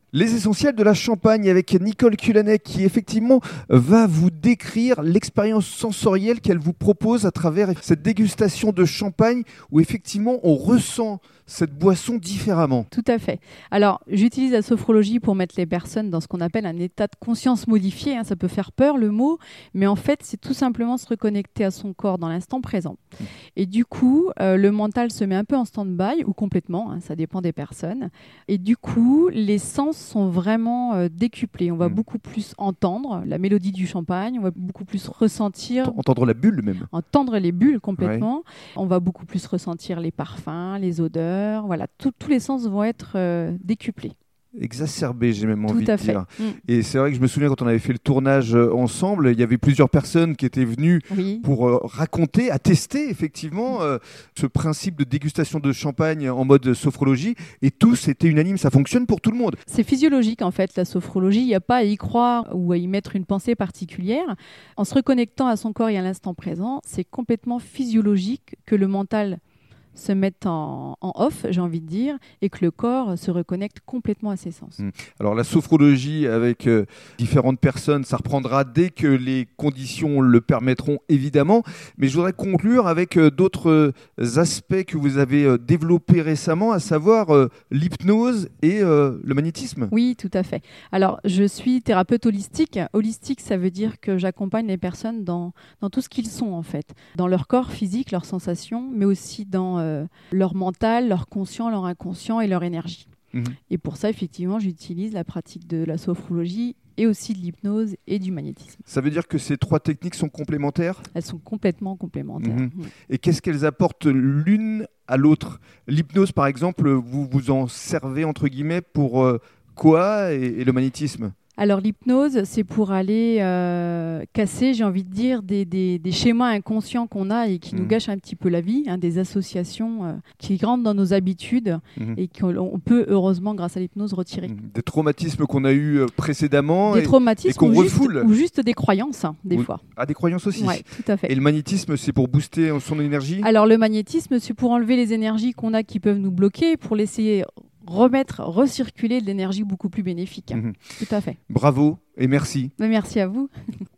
Les essentiels de la Champagne avec Nicole Culanet qui effectivement va vous décrire l'expérience sensorielle qu'elle vous propose à travers cette dégustation de champagne où effectivement on ressent cette boisson différemment. Tout à fait. Alors, j'utilise la sophrologie pour mettre les personnes dans ce qu'on appelle un état de conscience modifié. Ça peut faire peur le mot, mais en fait, c'est tout simplement se reconnecter à son corps dans l'instant présent. Et du coup, le mental se met un peu en stand-by ou complètement, ça dépend des personnes. Et du coup, les sens sont vraiment décuplés. On va beaucoup plus entendre la mélodie du champagne, on va beaucoup plus ressentir... Entendre la bulle même. Entendre les bulles complètement. Ouais. On va beaucoup plus ressentir les parfums, les odeurs. Voilà, tous les sens vont être décuplés. Exacerbé, j'ai même envie de dire. Et c'est vrai que je me souviens quand on avait fait le tournage ensemble, il y avait plusieurs personnes qui étaient venues pour raconter, attester effectivement ce principe de dégustation de champagne en mode sophrologie. Et tous étaient unanimes, ça fonctionne pour tout le monde. C'est physiologique en fait, la sophrologie. Il n'y a pas à y croire ou à y mettre une pensée particulière. En se reconnectant à son corps et à l'instant présent, c'est complètement physiologique que le mental se mettent en off, j'ai envie de dire, et que le corps se reconnecte complètement à ses sens. Alors la sophrologie avec différentes personnes, ça reprendra dès que les conditions le permettront, évidemment. Mais je voudrais conclure avec d'autres aspects que vous avez développés récemment, à savoir l'hypnose et le magnétisme. Oui, tout à fait. Alors, je suis thérapeute holistique. Holistique, ça veut dire que j'accompagne les personnes dans tout ce qu'ils sont, en fait. Dans leur corps physique, leurs sensations, mais aussi dans leur mental, leur conscient, leur inconscient et leur énergie. Et pour ça, effectivement, j'utilise la pratique de la sophrologie et aussi de l'hypnose et du magnétisme. Ça veut dire que ces trois techniques sont complémentaires ? Elles sont complètement complémentaires. Et qu'est-ce qu'elles apportent l'une à l'autre ? L'hypnose, par exemple, vous vous en servez, entre guillemets, pour quoi et le magnétisme ? Alors l'hypnose, c'est pour aller casser, j'ai envie de dire, des schémas inconscients qu'on a et qui nous gâchent un petit peu la vie, des associations qui rentrent dans nos habitudes et qu'on peut, heureusement, grâce à l'hypnose, retirer. Des traumatismes qu'on a eus précédemment et qu'on refoule. Ou juste des croyances, des fois. Ah, des croyances aussi. Oui, tout à fait. Et le magnétisme, c'est pour booster son énergie ? Alors le magnétisme, c'est pour enlever les énergies qu'on a qui peuvent nous bloquer, pour laisser recirculer de l'énergie beaucoup plus bénéfique. Tout à fait. Bravo et merci. Merci à vous.